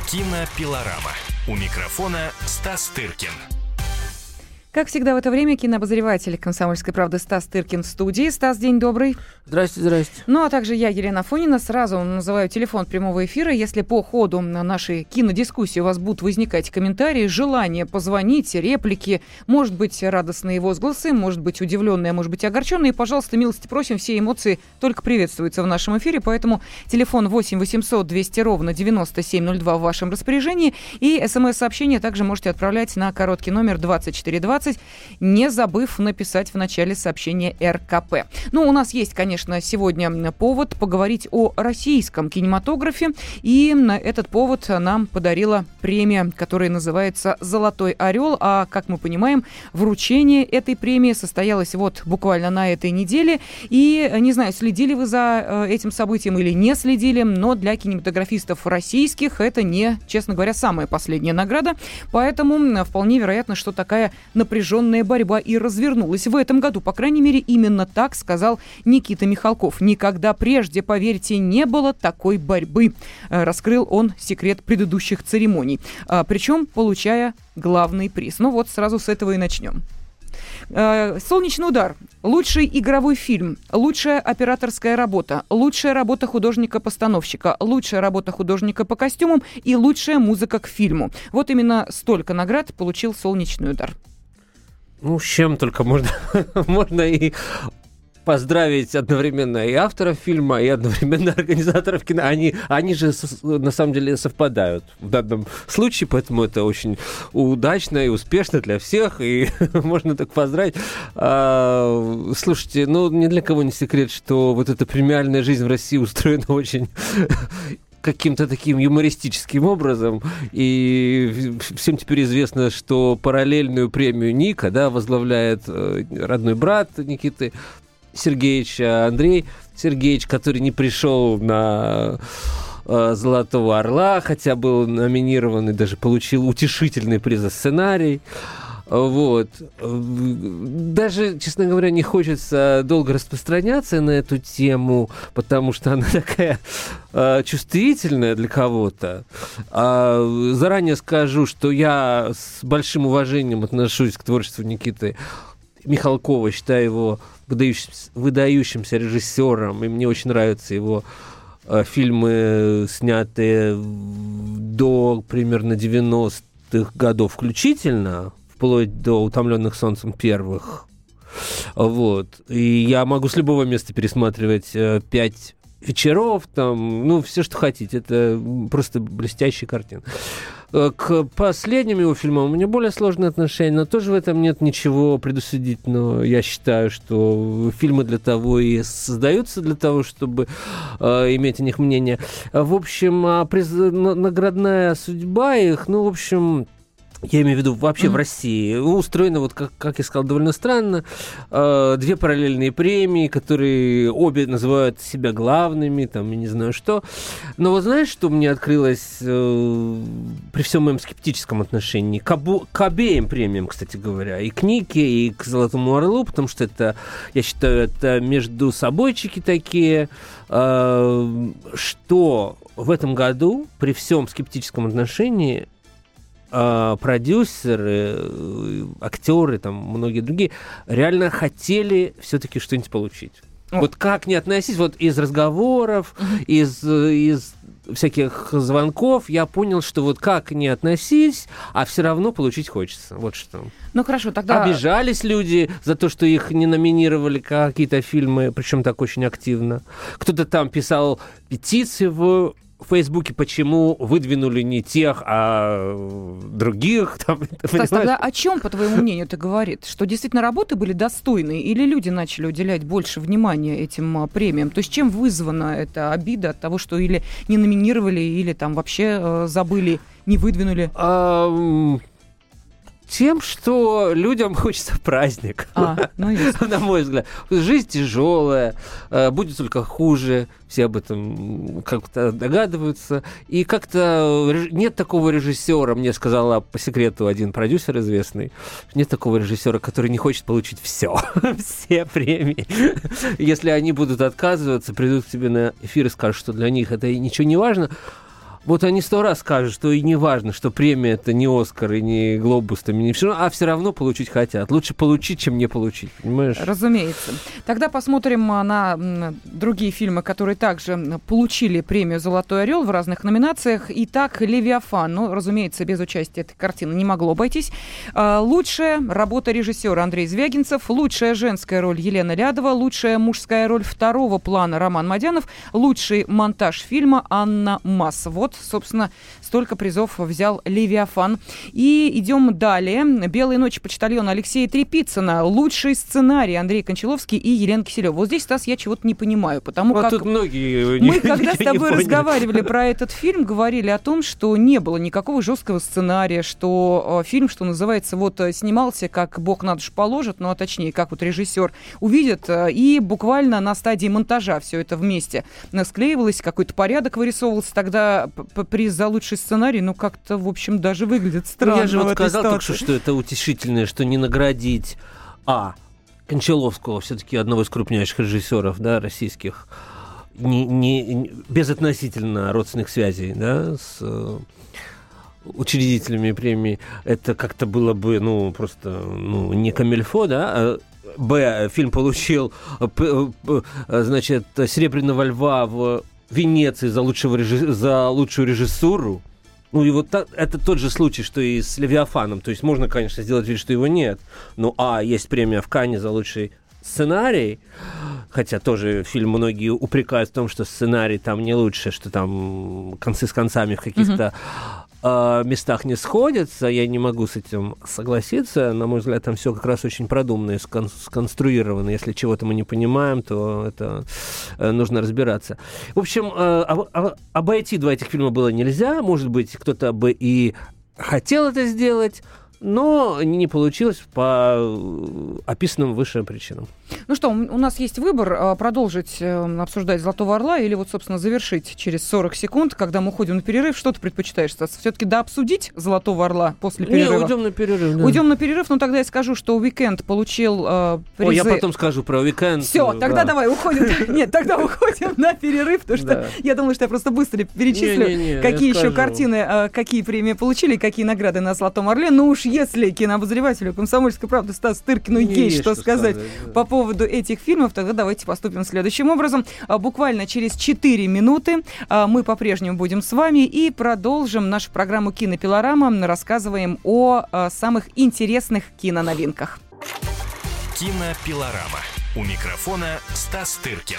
Кинопилорама. У микрофона Стас Тыркин. Как всегда в это время кинообозреватель «Комсомольской правды» Стас Тыркин в студии. Стас, день добрый. Здрасте. Ну, а также я, Елена Афонина. Сразу называю телефон прямого эфира. Если по ходу нашей кинодискуссии у вас будут возникать комментарии, желание позвонить, реплики, может быть, радостные возгласы, может быть, удивленные, может быть, огорченные, пожалуйста, милости просим, все эмоции только приветствуются в нашем эфире. Поэтому телефон 8 800 200 ровно 9702 в вашем распоряжении. И смс-сообщение также можете отправлять на короткий номер 2420, не забыв написать в начале сообщения РКП. Ну, у нас есть, конечно, сегодня повод поговорить о российском кинематографе. И этот повод нам подарила премия, которая называется «Золотой орел». А, как мы понимаем, вручение этой премии состоялось вот буквально на этой неделе. И, не знаю, следили вы за этим событием или не следили, но для кинематографистов российских это не, честно говоря, самая последняя награда. Поэтому вполне вероятно, что такая напряженная борьба и развернулась в этом году. По крайней мере, именно так сказал Никита Михалков. Никогда прежде, поверьте, не было такой борьбы. Раскрыл он секрет предыдущих церемоний. Причем получая главный приз. Ну вот, сразу с этого и начнем. «Солнечный удар». Лучший игровой фильм, лучшая операторская работа, лучшая работа художника-постановщика, лучшая работа художника по костюмам и лучшая музыка к фильму. Вот именно столько наград получил «Солнечный удар». Ну, с чем только можно и поздравить одновременно и авторов фильма, и одновременно организаторов кино. Они же на самом деле совпадают в данном случае, поэтому это очень удачно и успешно для всех, и можно так поздравить. Слушайте, ну, ни для кого не секрет, что вот эта премиальная жизнь в России устроена очень каким-то таким юмористическим образом, и всем теперь известно, что параллельную премию Ника, да, возглавляет родной брат Никиты Сергеевича, Андрей Сергеевич, который не пришел на «Золотого орла», хотя был номинирован и даже получил утешительный приз за сценарий. Вот. Даже, честно говоря, не хочется долго распространяться на эту тему, потому что она такая чувствительная для кого-то. Заранее скажу, что я с большим уважением отношусь к творчеству Никиты Михалкова, считаю его выдающимся режиссером, и мне очень нравятся его фильмы, снятые до примерно 90-х годов включительно, вплоть до «Утомленных солнцем» первых. Вот. И я могу с любого места пересматривать 5 вечеров, там, ну, все, что хотите. Это просто блестящая картина. К последним его фильмам у меня более сложные отношения, но тоже в этом нет ничего предусудительного. Я считаю, что фильмы для того и создаются, для того, чтобы иметь о них мнение. В общем, наградная судьба их, ну, в общем... Я имею в виду вообще в России. Устроено, вот как я сказал, довольно странно. 2 параллельные премии, которые обе называют себя главными, там, я не знаю что. Но вот знаешь, что мне открылось при всем моем скептическом отношении? К обеим премиям, кстати говоря. И к Нике, и к «Золотому орлу», потому что это, я считаю, это между собойчики такие, что в этом году при всем скептическом отношении продюсеры, актеры, там, многие другие, реально хотели все-таки что-нибудь получить. Вот как не относись, вот из разговоров, из всяких звонков я понял, что вот как не относись, а все равно получить хочется. Вот что. Ну хорошо, тогда... Обижались люди за то, что их не номинировали какие-то фильмы, причем так очень активно. Кто-то там писал петиции в Фейсбуке, почему выдвинули не тех, а других. Там, Стас, тогда о чем, по твоему мнению, это говорит? Что действительно работы были достойные или люди начали уделять больше внимания этим премиям? То есть чем вызвана эта обида от того, что или не номинировали, или там вообще забыли, не выдвинули? Тем, что людям хочется праздник. На мой взгляд. Жизнь тяжелая, будет только хуже. Все об этом как-то догадываются. И как-то нет такого режиссера, мне сказал по секрету один продюсер известный, нет такого режиссера, который не хочет получить все премии. Если они будут отказываться, придут к тебе на эфир и скажут, что для них это ничего не важно. Вот они 100 раз скажут, что и не важно, что премия это не Оскар и не Глобус, там, и не все, а все равно получить хотят. Лучше получить, чем не получить, понимаешь? Разумеется. Тогда посмотрим на другие фильмы, которые также получили премию «Золотой орел» в разных номинациях. Итак, «Левиафан». Ну, разумеется, без участия этой картины не могло обойтись. Лучшая работа режиссера Андрей Звягинцев, лучшая женская роль Елена Лядова, лучшая мужская роль второго плана Роман Мадянов, лучший монтаж фильма Анна Мас. Вот, собственно, столько призов взял «Левиафан». И идем далее. «Белые ночи» почтальона Алексея Трепицына, лучший сценарий Андрей Кончаловский и Елена Киселева. Вот здесь, Стас, я чего-то не понимаю, потому вот как тут многие мы, когда с тобой разговаривали про этот фильм, говорили о том, что не было никакого жесткого сценария, что фильм, что называется, вот снимался, как бог на душу положит, ну, а точнее, как вот режиссер увидит, и буквально на стадии монтажа все это вместе склеивалось, какой-то порядок вырисовывался. Тогда приз за лучший сценарий, ну, как-то, в общем, даже выглядит странно. Я же вот сказал только что это утешительное, что не наградить Кончаловского, все-таки одного из крупнейших режиссеров, да, российских, безотносительно родственных связей, да, с учредителями премии, это как-то было бы, ну, просто, ну, не камильфо, да, фильм получил, значит, «Серебряного льва» в Венеции за лучшую режиссуру. Ну и вот это тот же случай, что и с «Левиафаном». То есть можно, конечно, сделать вид, что его нет. Но есть премия в Канне за лучший сценарий, хотя тоже фильм многие упрекают в том, что сценарий там не лучше, что там концы с концами в каких-то местах не сходятся. Я не могу с этим согласиться. На мой взгляд, там все как раз очень продумано и сконструировано. Если чего-то мы не понимаем, то это нужно разбираться. В общем, обойти два этих фильма было нельзя. Может быть, кто-то бы и хотел это сделать, но не получилось по описанным выше причинам. Ну что, у нас есть выбор: продолжить обсуждать «Золотого орла» или вот, собственно, завершить через 40 секунд, когда мы уходим на перерыв. Что ты предпочитаешь, Стас? Все-таки дообсудить «Золотого орла» после перерыва? Не, уйдем на перерыв. Да. Уйдем на перерыв, но тогда я скажу, что «Уикенд» получил призы. Я потом скажу про «Уикенд». Все, тогда давай, уходим. Нет, тогда уходим на перерыв, потому что я думаю, что я просто быстро перечислю, какие еще картины, какие премии получили, какие награды на «Золотом орле». Ну уж если кинообозревателю «Комсомольской правды» Стас Тыркину есть что сказать по поводу этих фильмов, тогда давайте поступим следующим образом. Буквально через 4 минуты мы по-прежнему будем с вами и продолжим нашу программу «Кинопилорама». Рассказываем о самых интересных киноновинках. Кинопилорама. У микрофона Стас Тыркин.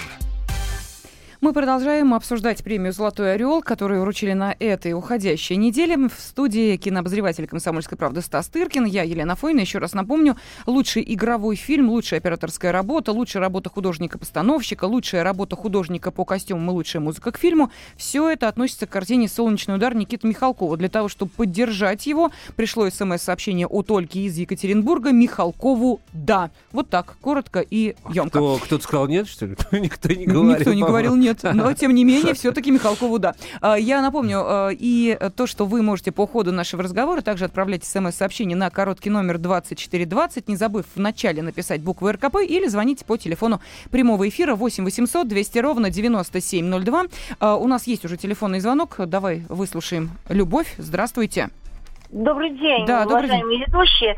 Мы продолжаем обсуждать премию «Золотой орел», которую вручили на этой уходящей неделе. В студии кинообозреватель «Комсомольской правды» Стас Тыркин, я Елена Фойна. Еще раз напомню, лучший игровой фильм, лучшая операторская работа, лучшая работа художника-постановщика, лучшая работа художника по костюмам и лучшая музыка к фильму. Все это относится к картине «Солнечный удар» Никиты Михалкова. Для того, чтобы поддержать его, пришло смс-сообщение от Ольги из Екатеринбурга: Михалкову «да». Вот так, коротко и емко. Кто-то сказал «нет», что ли? Никто не говорил. Никто не говорил «нет». Но, тем не менее, все-таки Михалкову «да». Я напомню и то, что вы можете по ходу нашего разговора также отправлять смс-сообщение на короткий номер 2420, не забыв в начале написать букву РКП, или звоните по телефону прямого эфира 8 800 200 ровно 9702. У нас есть уже телефонный звонок. Давай выслушаем Любовь. Здравствуйте. Добрый день, да, уважаемые ведущие.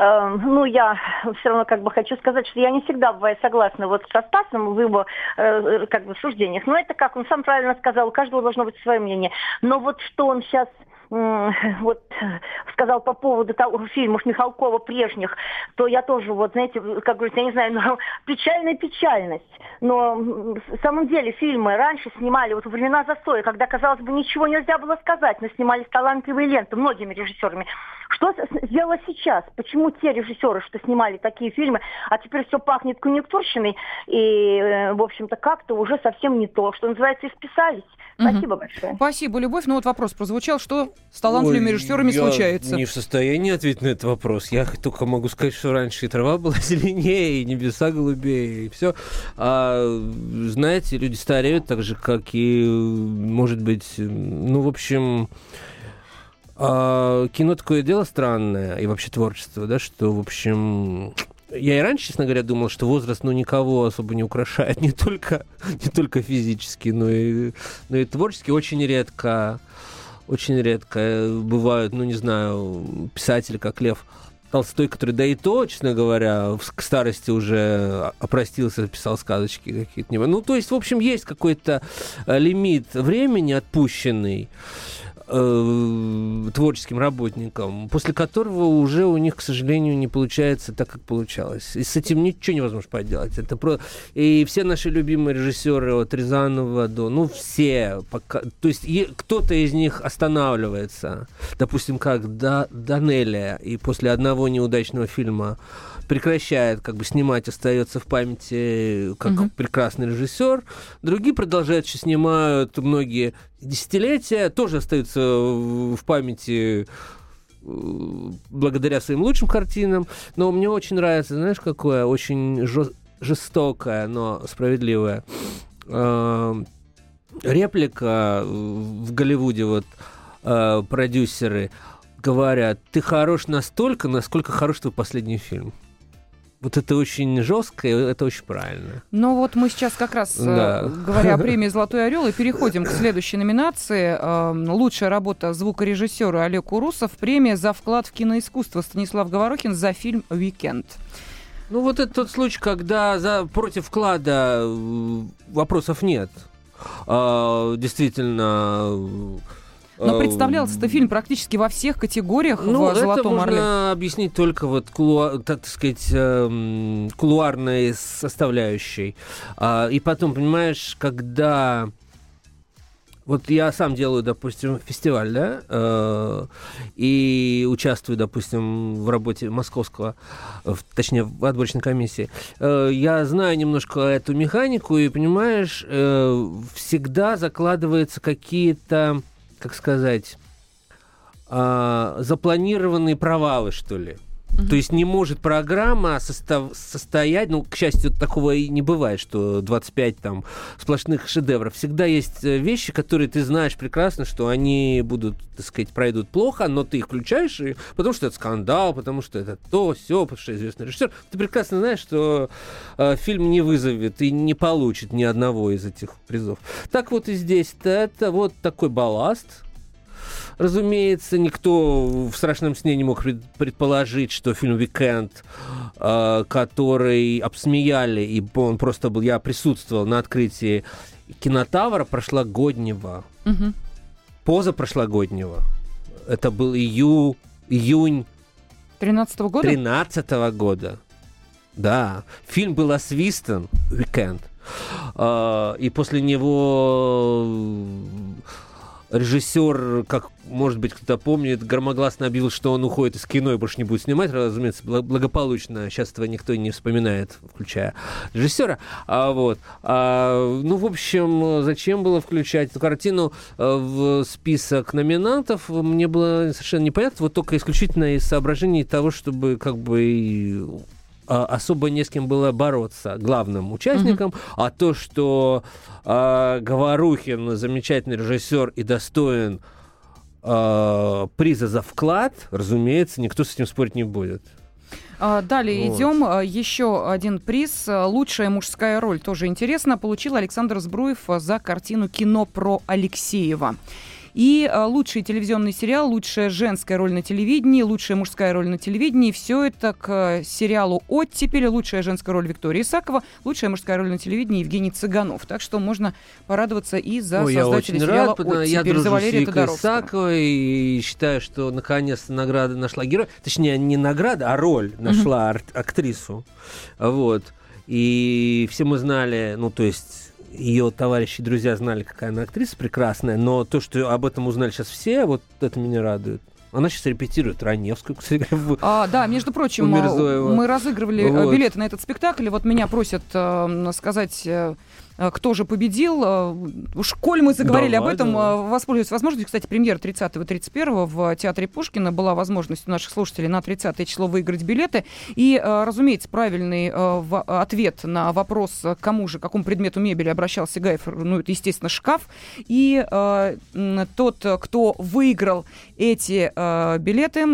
Я все равно хочу сказать, что я не всегда бываю согласна со Стасом в его суждениях. Но это, как он сам правильно сказал, у каждого должно быть свое мнение. Но вот что он сейчас сказал по поводу того фильмов Михалкова прежних, то я тоже, как говорится, я не знаю, печальная печальность. Но в самом деле фильмы раньше снимали во времена застоя, когда, казалось бы, ничего нельзя было сказать, но снимались талантливые ленты многими режиссерами. Что сделало сейчас? Почему те режиссеры, что снимали такие фильмы, а теперь все пахнет конъюнктурщиной и, в общем-то, как-то уже совсем не то, что называется, исписались. Спасибо большое. Спасибо, Любовь. Вопрос прозвучал, что с талантливыми режиссерами случается? Я не в состоянии ответить на этот вопрос. Я только могу сказать, что раньше и трава была зеленее, и небеса голубее, и все. Знаете, люди стареют так же, как и, может быть, в общем... кино такое дело странное, и вообще творчество, да, что, в общем... Я и раньше, честно говоря, думал, что возраст, никого особо не украшает, не только физически, но и творчески. Очень редко очень редко. Бывают, ну, не знаю, писатели, как Лев Толстой, который, да и то, честно говоря, к старости уже опростился, писал сказочки какие-то. Ну, то есть, в общем, есть какой-то лимит времени отпущенный творческим работникам, после которого уже у них, к сожалению, не получается так, как получалось. И с этим ничего невозможно поделать. Это И все наши любимые режиссеры от Рязанова до... Ну, все. Пока... То есть кто-то из них останавливается. Допустим, как Данелия. И после одного неудачного фильма прекращает как бы снимать, остается в памяти как прекрасный режиссер. Другие продолжают, еще снимают многие десятилетия, тоже остаются в памяти благодаря своим лучшим картинам. Но мне очень нравится, знаешь, какое очень жестокое, но справедливое реплика в Голливуде. Вот продюсеры говорят: ты хорош настолько, насколько хорош твой последний фильм. Вот это очень жестко, и это очень правильно. Ну вот мы сейчас как раз, говоря о премии «Золотой орел», и переходим к следующей номинации. Лучшая работа звукорежиссера Олег Урусов. Премия за вклад в киноискусство Станислав Говорухин за фильм «Уикенд». Ну вот это тот случай, когда против вклада вопросов нет. Действительно... Но представлялся-то фильм практически во всех категориях в «Золотом орле». Это можно объяснить только вот, так сказать, кулуарной составляющей. И потом, понимаешь, когда... Вот я сам делаю, допустим, фестиваль, да, и участвую, допустим, в работе московского, точнее, в отборочной комиссии. Я знаю немножко эту механику, и, понимаешь, всегда закладываются какие-то, как сказать, запланированные провалы, что ли. То есть не может программа состоять, ну, к счастью, такого и не бывает, что 25 там сплошных шедевров. Всегда есть вещи, которые ты знаешь прекрасно, что они будут, так сказать, пройдут плохо, но ты их включаешь, потому что это скандал, потому что это то, сё, потому что известный режиссер. Ты прекрасно знаешь, что фильм не вызовет и не получит ни одного из этих призов. Так вот и здесь-то это вот такой балласт. Разумеется, никто в страшном сне не мог предположить, что фильм «Уикенд», который обсмеяли, и он просто был... Я присутствовал на открытии кинотавра прошлогоднего, позапрошлогоднего. Это был июнь 13-го года? 13-го года. Да. Фильм был освистан, «Уикенд». И после него... Режиссер, как, может быть, кто-то помнит, громогласно объявил, что он уходит из кино и больше не будет снимать. Разумеется, благополучно. Сейчас этого никто не вспоминает, включая режиссера. Ну, в общем, зачем было включать эту картину в список номинантов, мне было совершенно непонятно. Вот только исключительно из соображений того, чтобы как бы... особо не с кем было бороться главным участником, а то, что Говорухин замечательный режиссер и достоин приза за вклад, разумеется, никто с этим спорить не будет. Далее идем. Еще один приз. Лучшая мужская роль. Тоже интересно. Получил Александр Збруев за картину «Кино про Алексеева». И лучший телевизионный сериал, лучшая женская роль на телевидении, лучшая мужская роль на телевидении. Все это к сериалу «Оттепель», лучшая женская роль Виктория Исакова, лучшая мужская роль на телевидении Евгений Цыганов. Так что можно порадоваться и за создателей сериала «Оттепель», за Валерия Тодоровского. Исаковой и считаю, что наконец-то награда нашла героя. Точнее, не награда, а роль нашла актрису. Вот. И все мы знали, ну, то есть... Ее товарищи и друзья знали, какая она актриса прекрасная, но то, что об этом узнали сейчас все, вот это меня радует. Она сейчас репетирует Раневскую. Да, между прочим, мы разыгрывали билеты на этот спектакль, и вот меня просят сказать... Кто же победил? Уж коль мы заговорили об этом, воспользуюсь возможностью. Кстати, премьера 30-го и 31-го в Театре Пушкина. Была возможность у наших слушателей на 30-е число выиграть билеты. И, разумеется, правильный ответ на вопрос, к какому предмету мебели обращался Гаев, ну, это, естественно, шкаф. И тот, кто выиграл эти билеты,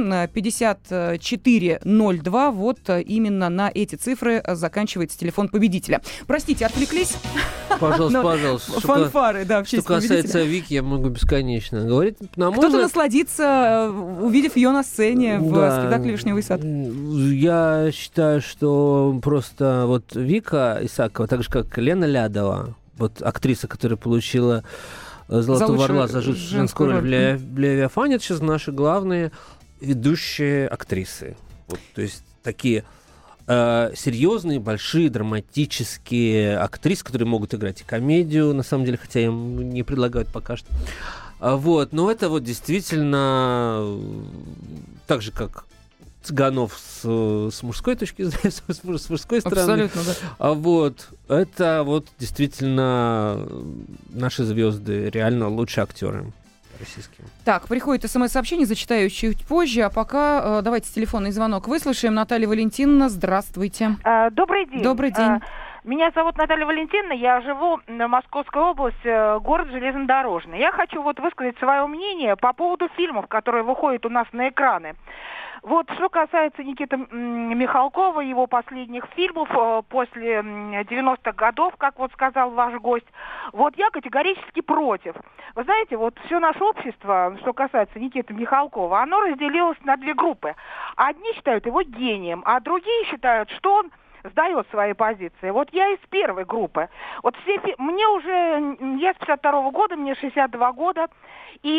5402, вот именно на эти цифры заканчивается телефон победителя. Простите, отвлеклись. Пожалуйста. Фанфары, да, в честь Что касается победителя. Вики, я могу бесконечно говорить. На мой Кто-то взгляд, насладится, увидев ее на сцене в да, спектакле «Вишневый сад». Я считаю, что просто вот Вика Исакова, так же как Лена Лядова, вот актриса, которая получила «Золотого орла» за женскую роль в «Левиафане», это сейчас наши главные ведущие актрисы. Вот, то есть такие серьезные, большие, драматические актрисы, которые могут играть и комедию, на самом деле, хотя им не предлагают пока что. Вот, но это вот действительно так же, как Цыганов с мужской точки зрения, с мужской стороны. Абсолютно, да. Вот, это вот действительно наши звезды, реально лучшие актеры российские. Так, приходит СМС-сообщение, зачитаю чуть позже, а пока давайте телефонный звонок выслушаем. Наталья Валентиновна, здравствуйте. Добрый день. Добрый день. Меня зовут Наталья Валентиновна, я живу в Московской области, город Железнодорожный. Я хочу вот высказать свое мнение по поводу фильмов, которые выходят у нас на экраны. Вот что касается Никиты Михалкова, его последних фильмов после 90-х годов, как вот сказал ваш гость, вот я категорически против. Вы знаете, вот все наше общество, что касается Никиты Михалкова, оно разделилось на две группы. Одни считают его гением, а другие считают, что он сдает свои позиции. Вот я из первой группы. Вот мне уже, я с 52-го года, мне 62 года, и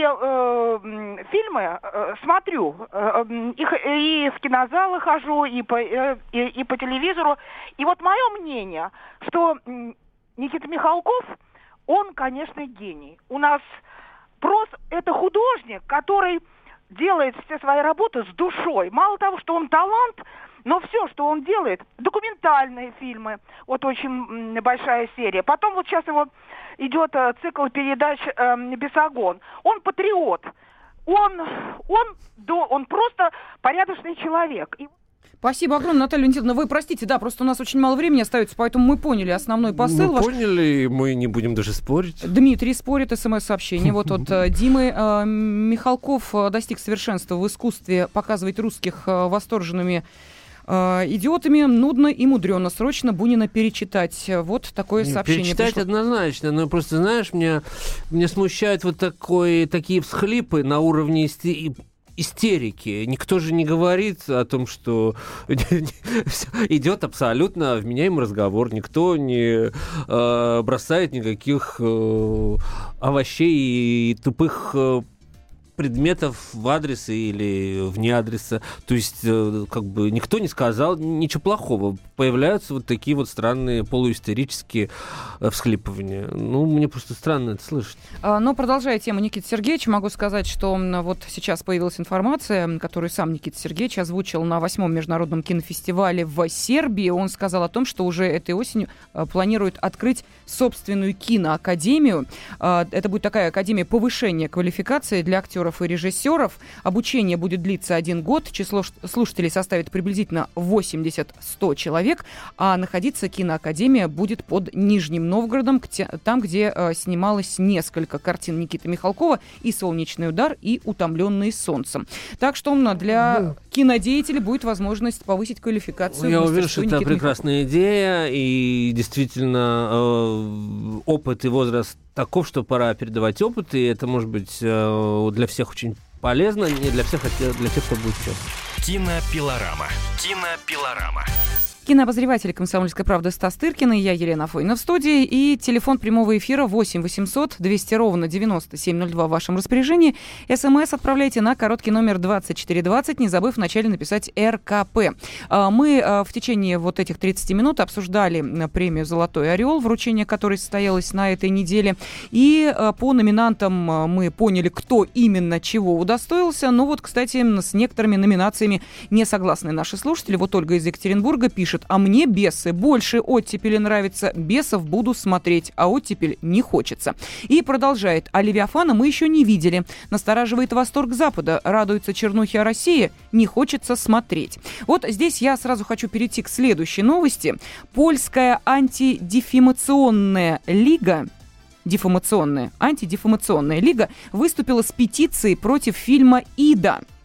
фильмы смотрю, и в кинозалы хожу, и по телевизору. И вот мое мнение, что Никита Михалков, он, конечно, гений. У нас просто это художник, который делает все свои работы с душой. Мало того, что он талант, но все, что он делает, документальные фильмы, вот очень большая серия. Потом вот сейчас его идет цикл передач «Бесогон». Он патриот. Он просто порядочный человек. Спасибо огромное, Наталья Валентиновна. Вы простите, да, просто у нас очень мало времени остается, поэтому мы поняли основной посыл. Мы поняли, мы не будем даже спорить. Дмитрий спорит, СМС-сообщение. Вот от Димы. Михалков достиг совершенства в искусстве показывать русских восторженными идиотами. Нудно и мудрено. Срочно Бунина перечитать. Вот такое сообщение перечитать пришло. Однозначно. Но просто, знаешь, меня смущают вот такие всхлипы на уровне истерики. Никто же не говорит о том, что идет абсолютно вменяемый разговор. Никто не бросает никаких овощей и тупых предметов в адрес или вне адреса. То есть, как бы, никто не сказал ничего плохого. Появляются вот такие вот странные полуистерические всхлипывания. Ну, мне просто странно это слышать. Но, продолжая тему Никиты Сергеевича, могу сказать, что вот сейчас появилась информация, которую сам Никита Сергеевич озвучил на 8-м международном кинофестивале в Сербии. Он сказал о том, что уже этой осенью планирует открыть собственную киноакадемию. Это будет такая академия повышения квалификации для актеров и режиссеров. Обучение будет длиться 1 год. Число слушателей составит приблизительно 80-100 человек. А находиться киноакадемия будет под Нижним Новгородом, там, где снималось несколько картин Никиты Михалкова: и «Солнечный удар», и «Утомленные солнцем». Так что для кинодеятелей будет возможность повысить квалификацию. Я уверен, что это прекрасная идея. И действительно опыт и возраст таков, что пора передавать опыт, и это может быть для всех очень полезно, не для всех, а для тех, кто будет честно. Кинопилорама. Кинопилорама. Кинообозреватель «Комсомольской правды» Стас Тыркин и я, Елена Афонина, в студии. И телефон прямого эфира 8 800 200 ровно 9702 в вашем распоряжении. СМС отправляйте на короткий номер 2420, не забыв вначале написать РКП. Мы в течение вот этих 30 минут обсуждали премию «Золотой орел», вручение которой состоялось на этой неделе. И по номинантам мы поняли, кто именно чего удостоился. Но вот, кстати, с некоторыми номинациями не согласны наши слушатели. Вот Ольга из Екатеринбурга пишет: а мне «Бесы» больше «Оттепели» нравится. «Бесов» буду смотреть, а «Оттепель» не хочется. И продолжает: а «Левиафана» мы еще не видели. Настораживает восторг Запада. Радуется чернухе о России. Не хочется смотреть. Вот здесь я сразу хочу перейти к следующей новости. Польская антидефамационная лига антидефамационная лига выступила с петицией против фильма «Ида».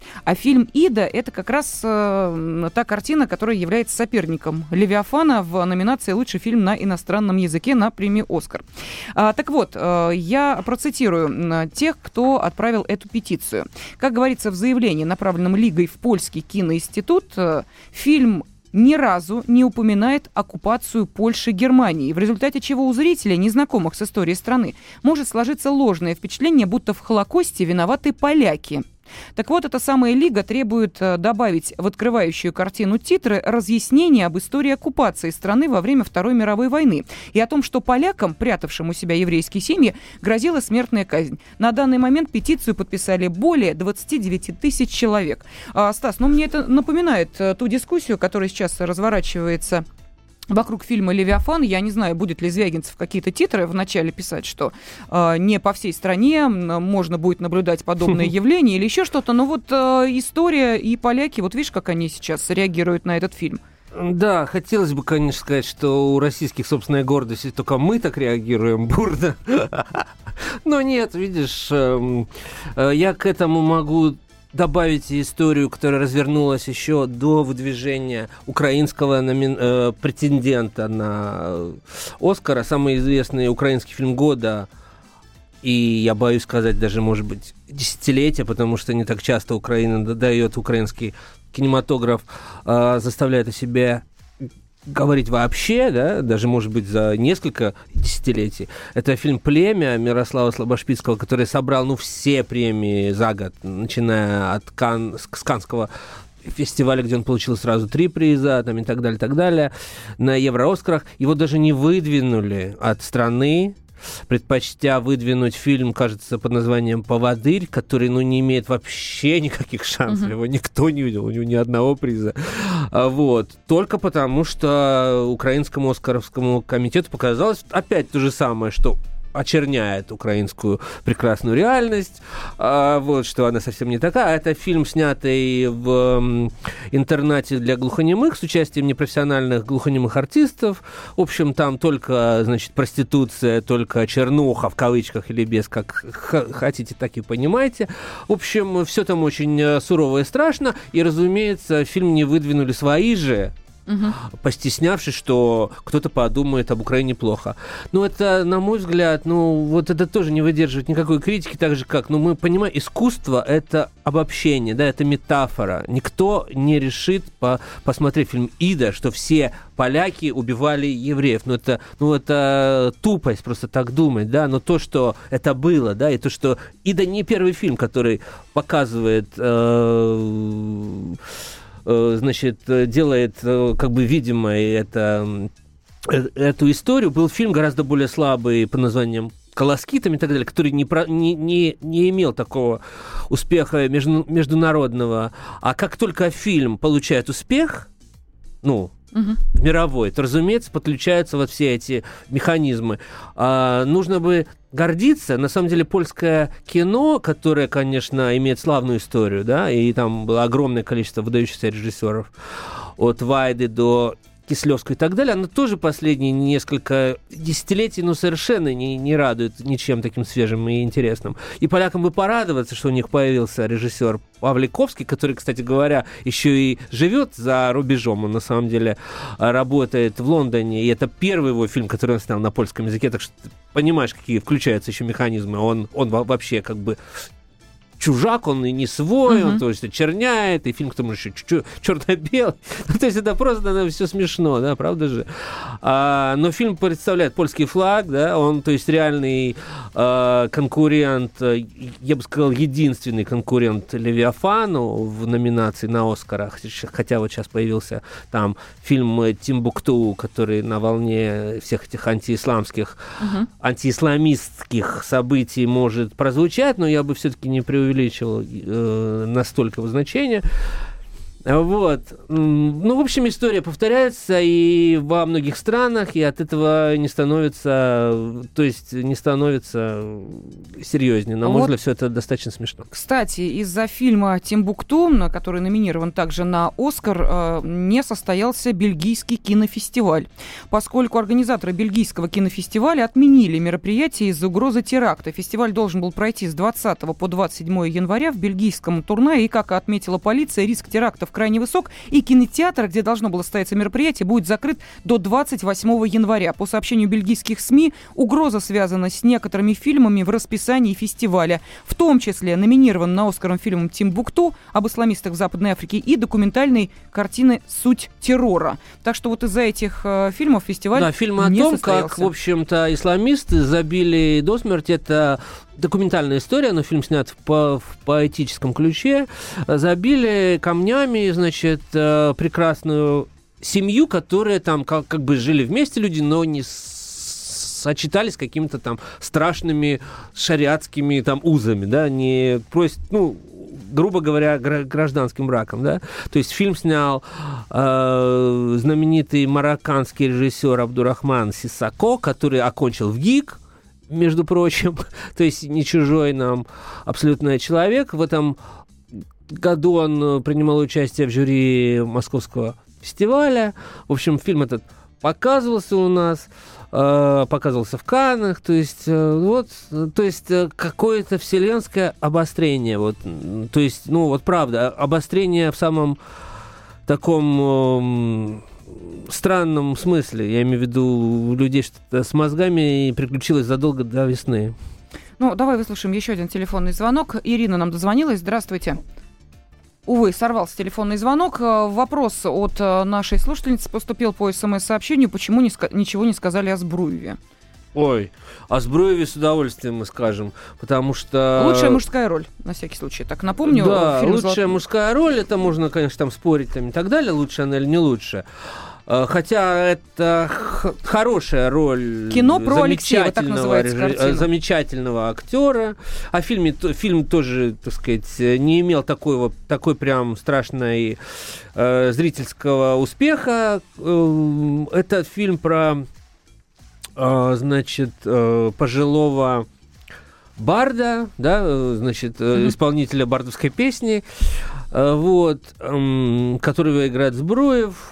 А фильм «Ида» — это как раз та картина, которая является соперником «Левиафана» в номинации «Лучший фильм на иностранном языке» на премию «Оскар». Так вот, я процитирую тех, кто отправил эту петицию. Как говорится в заявлении, направленном Лигой в Польский киноинститут, фильм ни разу не упоминает оккупацию Польши Германией, в результате чего у зрителей, незнакомых с историей страны, может сложиться ложное впечатление, будто в Холокосте виноваты поляки. Так вот, эта самая Лига требует добавить в открывающую картину титры разъяснения об истории оккупации страны во время Второй мировой войны и о том, что полякам, прятавшим у себя еврейские семьи, грозила смертная казнь. На данный момент петицию подписали более 29 тысяч человек. Стас, мне это напоминает ту дискуссию, которая сейчас разворачивается вокруг фильма «Левиафан». Я не знаю, будет ли Звягинцев какие-то титры вначале писать, что не по всей стране можно будет наблюдать подобные явления или еще что-то. Но вот история и поляки, вот видишь, как они сейчас реагируют на этот фильм. Да, хотелось бы, конечно, сказать, что у российских собственная гордость, и только мы так реагируем бурно. Но нет, видишь, я к этому могу добавить историю, которая развернулась еще до выдвижения украинского претендента на Оскара. Самый известный украинский фильм года, и я боюсь сказать, даже, может быть, десятилетия, потому что не так часто Украина дает украинский кинематограф, заставляет о себе говорить вообще, да, даже, может быть, за несколько десятилетий. Это фильм «Племя» Мирослава Слабошпицкого, который собрал, все премии за год, начиная от Каннского фестиваля, где он получил сразу 3 приза, и так далее, на Евро-Оскарах. Его даже не выдвинули от страны, предпочтя выдвинуть фильм, кажется, под названием «Поводырь», который, не имеет вообще никаких шансов. Его никто не видел, у него ни одного приза. Только потому, что украинскому Оскаровскому комитету показалось опять то же самое, что очерняет украинскую прекрасную реальность, что она совсем не такая. Это фильм, снятый в интернате для глухонемых с участием непрофессиональных глухонемых артистов. В общем, там только, проституция, только чернуха, в кавычках или без, как хотите, так и понимаете. В общем, все там очень сурово и страшно. И, разумеется, фильм не выдвинули свои же, постеснявшись, что кто-то подумает об Украине плохо. Это, на мой взгляд, это тоже не выдерживает никакой критики, так же как, мы понимаем, искусство — это обобщение, да, это метафора. Никто не решит, посмотрев фильм «Ида», что все поляки убивали евреев. Это тупость просто так думать, да, но то, что это было, да, и то, что «Ида» не первый фильм, который показывает делает видимой эту историю. Был фильм гораздо более слабый под названием «Колоскитами» и так далее, который не имел такого успеха международного. А как только фильм получает успех, мировой, то, разумеется, подключаются все эти механизмы. Нужно бы гордиться. На самом деле, польское кино, которое, конечно, имеет славную историю, да, и там было огромное количество выдающихся режиссеров, от Вайды до Кислевскую и так далее, она тоже последние несколько десятилетий, совершенно не радует ничем таким свежим и интересным. И полякам бы порадоваться, что у них появился режиссер Павликовский, который, кстати говоря, еще и живет за рубежом. Он, на самом деле, работает в Лондоне, и это первый его фильм, который он снял на польском языке, так что ты понимаешь, какие включаются еще механизмы. Он вообще чужак, он и не свой, он то есть очерняет, и фильм к тому же еще черно-белый. То есть это просто все смешно, да, правда же? Но фильм представляет польский флаг, да, он, то есть, реальный конкурент, я бы сказал, единственный конкурент «Левиафану» в номинации на «Оскарах», хотя вот сейчас появился там фильм «Тимбукту», который на волне всех этих антиисламистских событий может прозвучать, но я бы все-таки не преувеличил настолько его значение. Вот. Ну, в общем, история повторяется и во многих странах, и от этого не становится серьезнее. На мой взгляд, все это достаточно смешно. Кстати, из-за фильма «Тимбукту», который номинирован также на «Оскар», не состоялся бельгийский кинофестиваль, поскольку организаторы бельгийского кинофестиваля отменили мероприятие из-за угрозы теракта. Фестиваль должен был пройти с 20 по 27 января в бельгийском Турне, и, как отметила полиция, риск терактов крайне высок, и кинотеатр, где должно было состояться мероприятие, будет закрыт до 28 января. По сообщению бельгийских СМИ, угроза связана с некоторыми фильмами в расписании фестиваля, в том числе номинирован на «Оскар» фильмом «Тимбукту» об исламистах в Западной Африке и документальной картины «Суть террора». Так что вот из-за этих фильмов фестиваль не состоялся. Да, фильм о том, как, в общем-то, исламисты забили до смерти, это документальная история, но фильм снят в поэтическом ключе, забили камнями, значит, прекрасную семью, которая там как бы жили вместе люди, но не сочетались с какими-то там страшными шариатскими там узами, да, не просто, грубо говоря, гражданским браком, да. То есть фильм снял знаменитый марокканский режиссер Абдурахман Сисако, который окончил в ГИК, между прочим, то есть не чужой нам абсолютно человек. В этом году он принимал участие в жюри Московского фестиваля. В общем, фильм этот показывался у нас, показывался в Каннах, то есть какое-то вселенское обострение, вот, то есть, правда, обострение в самом таком странном смысле, я имею в виду людей что-то с мозгами приключилось задолго до весны. Давай выслушаем еще один телефонный звонок. Ирина нам дозвонилась. Здравствуйте. Увы, сорвался телефонный звонок. Вопрос от нашей слушательницы поступил по СМС-сообщению. Почему ничего не сказали о Збруеве? Ой, о Збруеве с удовольствием мы скажем, потому что... Лучшая мужская роль, на всякий случай. Так, напомню. Да, лучшая мужская роль, это можно, конечно, там спорить там, и так далее, лучше она или не лучше. Хотя это хорошая роль кино про Алексеева, так называется картина. Замечательного актера. А фильм тоже, так сказать, не имел такой прям страшной зрительского успеха. Это фильм про, значит, пожилого барда, да, значит, исполнителя бардовской песни, вот, которого играет Збруев.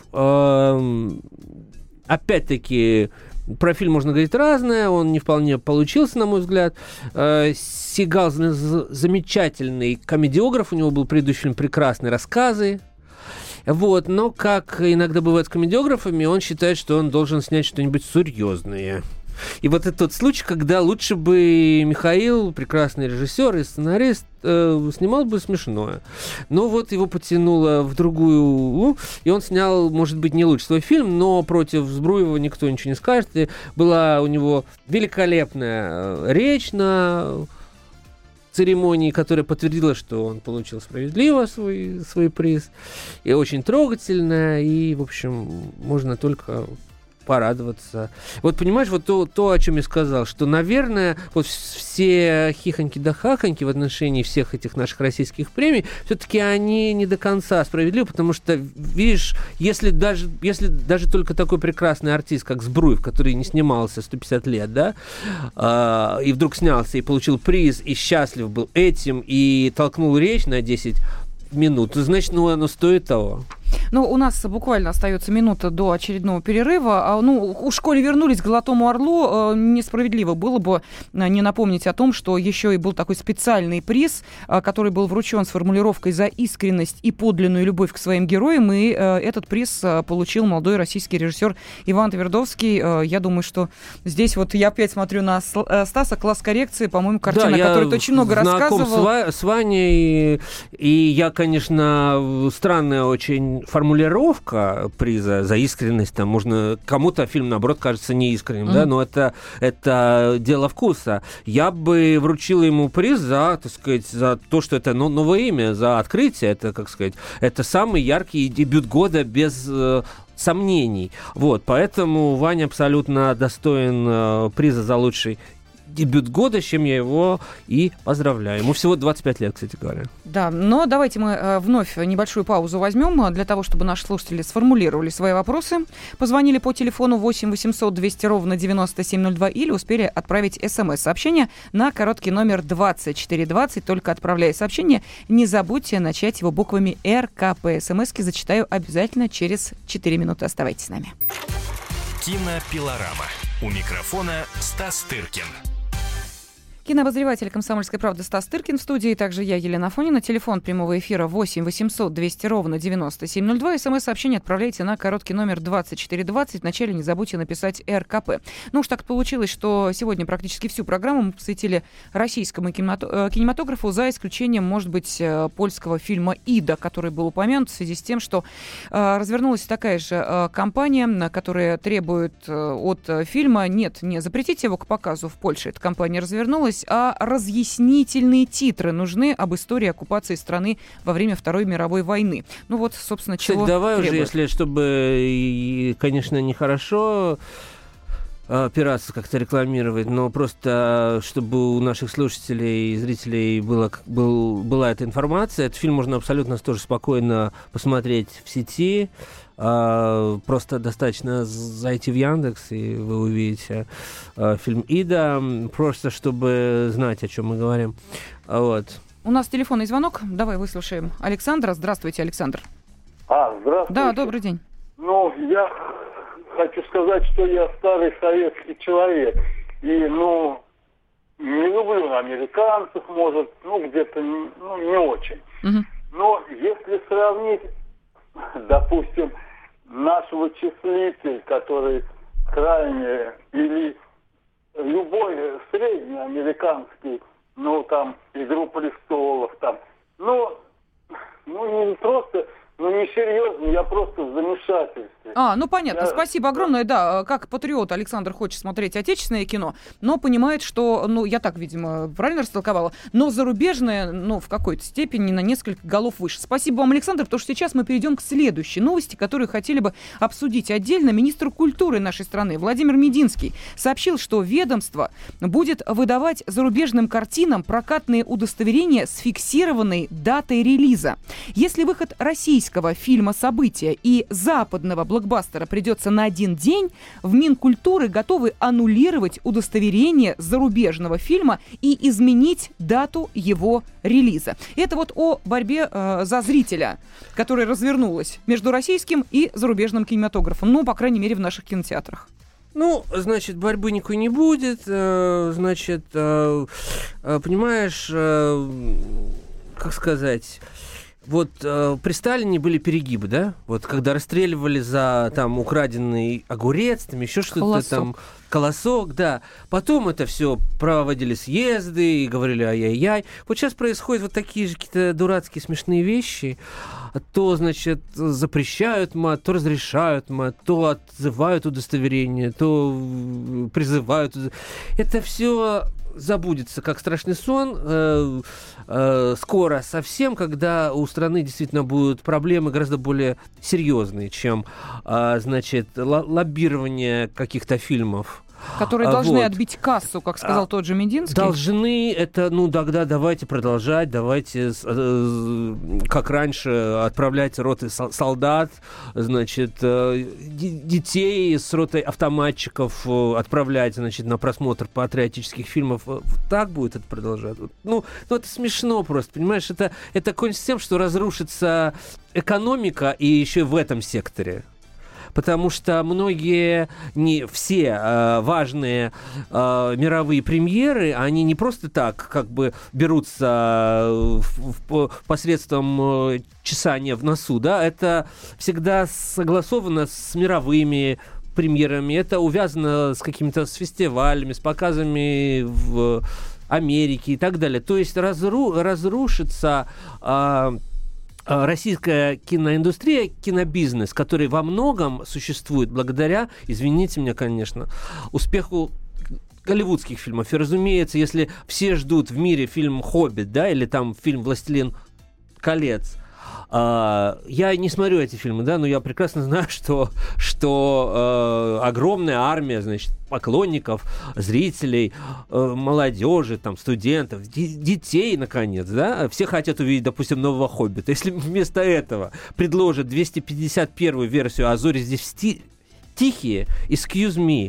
Опять-таки, про фильм можно говорить разное, он не вполне получился, на мой взгляд. Сигал замечательный комедиограф, у него был предыдущий фильм «Прекрасные рассказы». Вот, но, как иногда бывает с комедиографами, он считает, что он должен снять что-нибудь серьезное. И вот это тот случай, когда лучше бы Михаил, прекрасный режиссер и сценарист, снимал бы смешное. Но вот его потянуло в другую... И он снял, может быть, не лучший свой фильм, но против Збруева никто ничего не скажет. И была у него великолепная речь на церемонии, которая подтвердила, что он получил справедливо свой приз. И очень трогательная. И, в общем, можно только порадоваться. Вот понимаешь, вот то, о чем я сказал, что, наверное, вот все хихоньки да хахоньки в отношении всех этих наших российских премий, все-таки они не до конца справедливы, потому что, видишь, если даже только такой прекрасный артист, как Збруев, который не снимался 150 лет, да, и вдруг снялся и получил приз, и счастлив был этим, и толкнул речь на 10 минут, значит, оно стоит того. У нас буквально остается минута до очередного перерыва. У школе вернулись к «Золотому орлу». Несправедливо было бы не напомнить о том, что еще и был такой специальный приз, который был вручен с формулировкой «За искренность и подлинную любовь к своим героям». И этот приз получил молодой российский режиссер Иван Твердовский. Я думаю, что здесь вот я опять смотрю на Стаса, класс коррекции, по-моему, картина, о которой ты очень много рассказывал. Знаком с Ваней, и я, конечно, странная очень формулировка приза за искренность, там можно кому-то фильм, наоборот, кажется неискренним, да, но это дело вкуса. Я бы вручил ему приз за, так сказать, за то, что это новое имя, за открытие, это, как сказать, это самый яркий дебют года без сомнений. Вот, поэтому Ваня абсолютно достоин приза за лучший дебют года, с чем я его и поздравляю. Ему всего 25 лет, кстати говоря. Да, но давайте мы вновь небольшую паузу возьмем для того, чтобы наши слушатели сформулировали свои вопросы. Позвонили по телефону 8 800 200 ровно 9702 или успели отправить смс-сообщение на короткий номер 2420. Только отправляя сообщение, не забудьте начать его буквами РКП. СМСки зачитаю обязательно через 4 минуты. Оставайтесь с нами. Кинопилорама. У микрофона Стас Тыркин. Кинообозреватель «Комсомольской правды» Стас Тыркин в студии. Также я, Елена Афонина. Телефон прямого эфира 8 800 200 ровно 9702. СМС-сообщение отправляйте на короткий номер 2420. Вначале не забудьте написать РКП. Ну уж так получилось, что сегодня практически всю программу мы посвятили российскому кинематографу, за исключением, может быть, польского фильма «Ида», который был упомянут в связи с тем, что развернулась такая же кампания, которая требует от фильма, нет, не запретить его к показу в Польше, эта кампания развернулась, а разъяснительные титры нужны об истории оккупации страны во время Второй мировой войны. Ну вот, собственно, чего Кстати, давай требует. уже, если, чтобы, конечно, нехорошо пиратство как-то рекламировать, но просто чтобы у наших слушателей и зрителей была эта информация. Этот фильм можно абсолютно тоже спокойно посмотреть в сети. Просто достаточно зайти в Яндекс, и вы увидите фильм «Ида», просто чтобы знать, о чем мы говорим. Вот. У нас телефонный звонок. Давай выслушаем Александра. Здравствуйте, Александр. Здравствуйте. Да, добрый день. Ну, я хочу сказать, что я старый советский человек. И, не люблю американцев, может, где-то, не очень. Угу. Но если сравнить, допустим, наш вычислитель, который крайне, или любой средний американский, там, «Игру престолов», там, не просто... несерьезно, я просто в замешательстве. Понятно. Спасибо огромное. Да, как патриот Александр хочет смотреть отечественное кино, но понимает, что, я так, видимо, правильно растолковала, но зарубежное, в какой-то степени на несколько голов выше. Спасибо вам, Александр, потому что сейчас мы перейдем к следующей новости, которую хотели бы обсудить отдельно. Министр культуры нашей страны Владимир Мединский сообщил, что ведомство будет выдавать зарубежным картинам прокатные удостоверения с фиксированной датой релиза. Если выход российского фильма «События» и западного блокбастера придется на один день, в Минкультуры готовы аннулировать удостоверение зарубежного фильма и изменить дату его релиза. Это вот о борьбе за зрителя, которая развернулась между российским и зарубежным кинематографом, по крайней мере, в наших кинотеатрах. Борьбы никакой не будет, понимаешь, как сказать... Вот при Сталине были перегибы, да? Вот когда расстреливали за там украденный огурец, там еще что-то там, колосок, да. Потом это все проводили съезды и говорили ай-яй-яй. Вот сейчас происходят вот такие же какие-то дурацкие смешные вещи. То, запрещают мат, то разрешают мат, то отзывают удостоверение, то призывают. Это все забудется как страшный сон скоро совсем, когда у страны действительно будут проблемы гораздо более серьезные, чем лоббирование каких-то фильмов. Которые должны отбить кассу, как сказал тот же Мединский. Должны, это, тогда давайте продолжать, давайте, как раньше, отправлять роты солдат, детей с ротой автоматчиков отправлять, на просмотр патриотических фильмов. Так будет это продолжать. Это смешно просто, понимаешь? Это кончится тем, что разрушится экономика и еще в этом секторе. Потому что многие, не все важные мировые премьеры, они не просто так берутся посредством чесания в носу, да, это всегда согласовано с мировыми премьерами, это увязано с какими-то фестивалями, с показами в Америке и так далее. То есть разрушится... российская киноиндустрия, кинобизнес, который во многом существует благодаря, извините меня, конечно, успеху голливудских фильмов. И, разумеется, если все ждут в мире фильм «Хоббит», да, или там фильм «Властелин колец», Я не смотрю эти фильмы, да, но я прекрасно знаю, что огромная армия, значит, поклонников, зрителей, молодежи, там, студентов, детей, наконец, да, все хотят увидеть, допустим, нового «Хоббита». Если вместо этого предложат 251-ю версию «А зори здесь тихие», excuse me,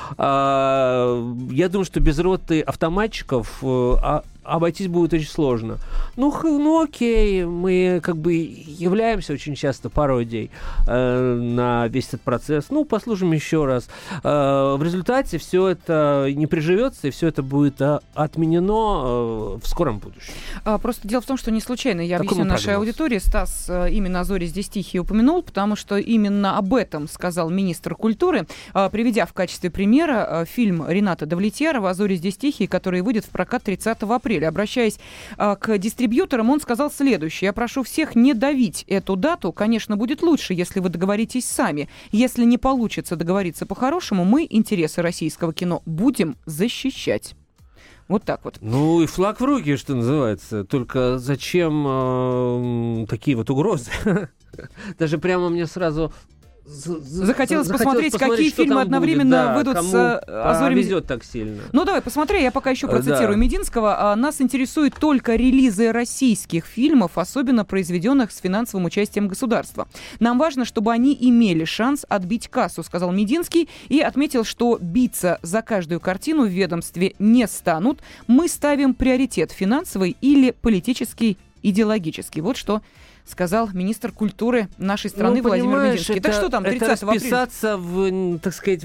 я думаю, что без роты автоматчиков обойтись будет очень сложно. Ну окей, мы как бы являемся очень часто пародией на весь этот процесс. Ну, послушаем еще раз. В результате все это не приживется, и все это будет отменено в скором будущем. Просто дело в том, что не случайно я объясню нашей аудитории. Стас именно «А зори здесь тихие» упомянул, потому что именно об этом сказал министр культуры, приведя в качестве примера фильм Рената Давлетьярова «А зори здесь тихие», который выйдет в прокат 30 апреля. Обращаясь к дистрибьюторам, он сказал следующее: «Я прошу всех не давить эту дату. Конечно, будет лучше, если вы договоритесь сами. Если не получится договориться по-хорошему, мы интересы российского кино будем защищать». Вот так вот. Ну и флаг в руки, что называется. Только зачем такие вот угрозы? Даже прямо мне сразу... Захотелось посмотреть, какие фильмы одновременно выйдут с «А зори». Везет так сильно. Ну, давай, посмотри, я пока еще процитирую Мединского. «Нас интересуют только релизы российских фильмов, особенно произведенных с финансовым участием государства. Нам важно, чтобы они имели шанс отбить кассу», сказал Мединский, и отметил, что биться за каждую картину в ведомстве не станут. «Мы ставим приоритет финансовый или политический, идеологический». Вот что сказал министр культуры нашей страны Владимир Мединский. Так что там 30 апреля? Это расписаться в, так сказать,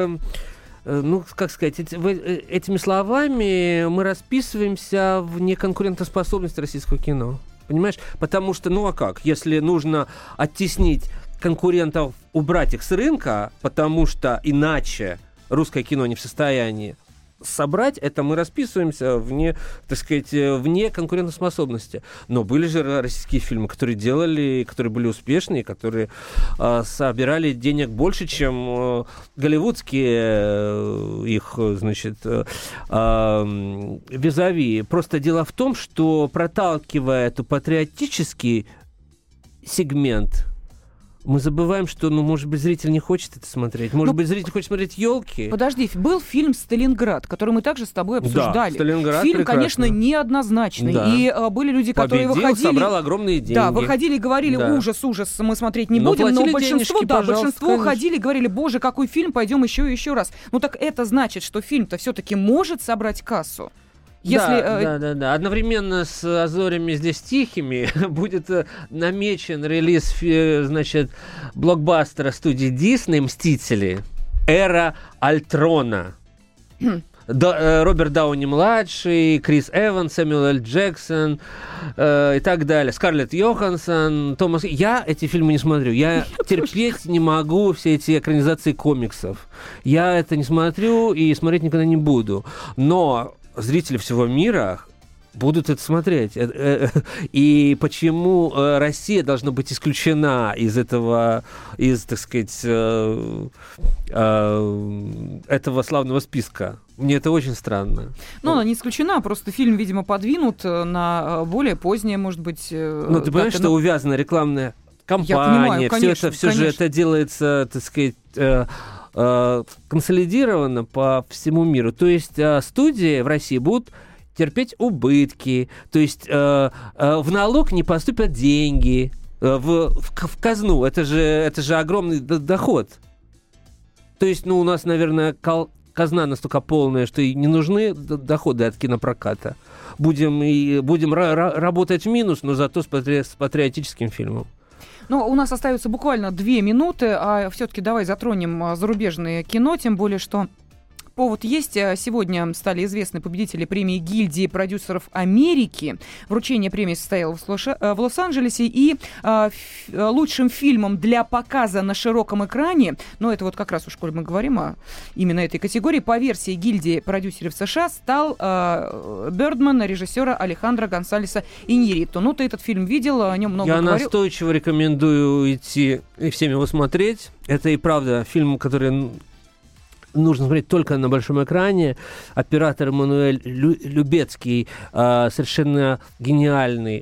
этими словами мы расписываемся в неконкурентоспособности российского кино. Понимаешь? Потому что, ну а как? Если нужно оттеснить конкурентов, убрать их с рынка, потому что иначе русское кино не в состоянии собрать, это мы расписываемся вне конкурентоспособности. Но были же российские фильмы, которые были успешные, которые собирали денег больше, чем голливудские их, значит, визави. Просто дело в том, что, проталкивая этот патриотический сегмент, мы забываем, что, может быть, зритель не хочет это смотреть. Может быть, зритель хочет смотреть «Елки». Подожди, был фильм «Сталинград», который мы также с тобой обсуждали. Да, «Сталинград» фильм, прекрасно. Конечно, неоднозначный. Да. И были люди, которые выходили... собрал огромные деньги. Да, выходили и говорили: ужас, мы смотреть не будем. Но большинство ходили и говорили: боже, какой фильм, пойдем еще и еще раз. Ну так это значит, что фильм-то все-таки может собрать кассу. Если, да. Одновременно с «А зорями здесь тихими» будет намечен релиз, значит, блокбастера студии Дисней «Мстители. Эра Альтрона». Роберт Дауни-младший, Крис Эванс, Сэмюэл Л. Джексон и так далее. Скарлетт Йоханссон, Томас... Я эти фильмы не смотрю. Я терпеть не могу все эти экранизации комиксов. Я это не смотрю и смотреть никогда не буду. Но зрители всего мира будут это смотреть. И почему Россия должна быть исключена из этого, так сказать, этого славного списка? Мне это очень странно. Ну, она не исключена, просто фильм, видимо, подвинут на более позднее, может быть... Ну, ты понимаешь, что увязана рекламная кампания, все же это делается, так сказать... консолидировано по всему миру. То есть студии в России будут терпеть убытки, то есть в налог не поступят деньги в казну. Это же огромный доход. То есть, у нас, наверное, казна настолько полная, что и не нужны доходы от кинопроката. Будем работать в минус, но зато с патриотическим фильмом. Ну, у нас остается буквально 2 минуты, а все-таки давай затронем зарубежное кино, тем более, что повод есть. Сегодня стали известны победители премии гильдии продюсеров Америки. Вручение премии состоялось в Лос-Анджелесе. И лучшим фильмом для показа на широком экране, это вот как раз уж, коль мы говорим о именно этой категории, по версии гильдии продюсеров США стал «Бёрдман» режиссера Алехандро Гонсалеса Иньярриту. Ты этот фильм видел, о нем много говорил. Я настойчиво рекомендую идти и всем его смотреть. Это и правда фильм, который... нужно смотреть только на большом экране. Оператор Эммануэль Любецкий совершенно гениальный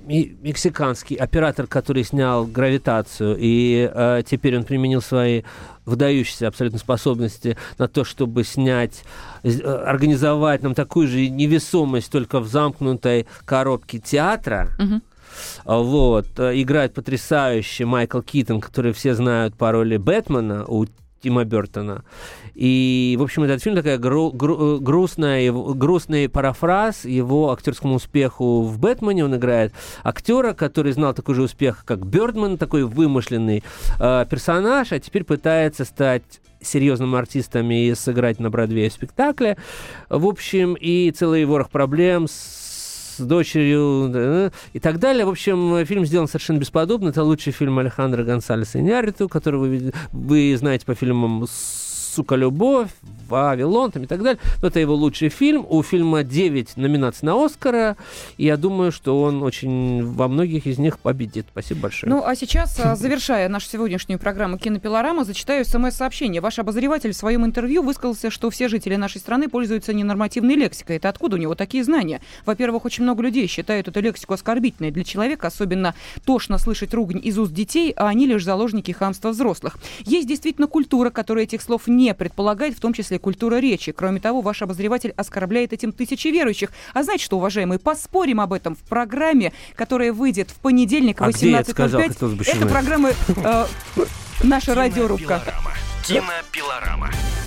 мексиканский оператор, который снял «Гравитацию», и теперь он применил свои выдающиеся абсолютно способности на то, чтобы организовать нам такую же невесомость, только в замкнутой коробке театра. Вот. Играет потрясающе Майкл Китон, который все знают по роли Бэтмена у Тима Бёртона. И, в общем, этот фильм такая грустный парафраз его актерскому успеху в «Бэтмене». Он играет актера, который знал такой же успех, как Бёрдман, такой вымышленный персонаж, а теперь пытается стать серьезным артистом и сыграть на Бродвее в спектакле. В общем, и целый ворох проблем с дочерью и так далее. В общем, фильм сделан совершенно бесподобно. Это лучший фильм Алехандро Гонсалеса Иньярриту, который вы знаете по фильмам «Сука, любовь», «Вавилон» и так далее. Но это его лучший фильм. У фильма 9 номинаций на «Оскара», и я думаю, что он очень во многих из них победит. Спасибо большое. Ну, а сейчас, завершая нашу сегодняшнюю программу «Кинопилорама», зачитаю СМС-сообщение. Ваш обозреватель в своем интервью высказался, что все жители нашей страны пользуются ненормативной лексикой. Это откуда у него такие знания? Во-первых, очень много людей считают эту лексику оскорбительной для человека. Особенно тошно слышать ругань из уст детей, а они лишь заложники хамства взрослых. Есть действительно культура, которая этих слов не предполагает, в том числе культура речи. Кроме того, ваш обозреватель оскорбляет этим тысячи верующих. А знаете что, уважаемые, поспорим об этом в программе, которая выйдет в понедельник в 18:05. Это программа «Наша радиорубка». Кинопилорама.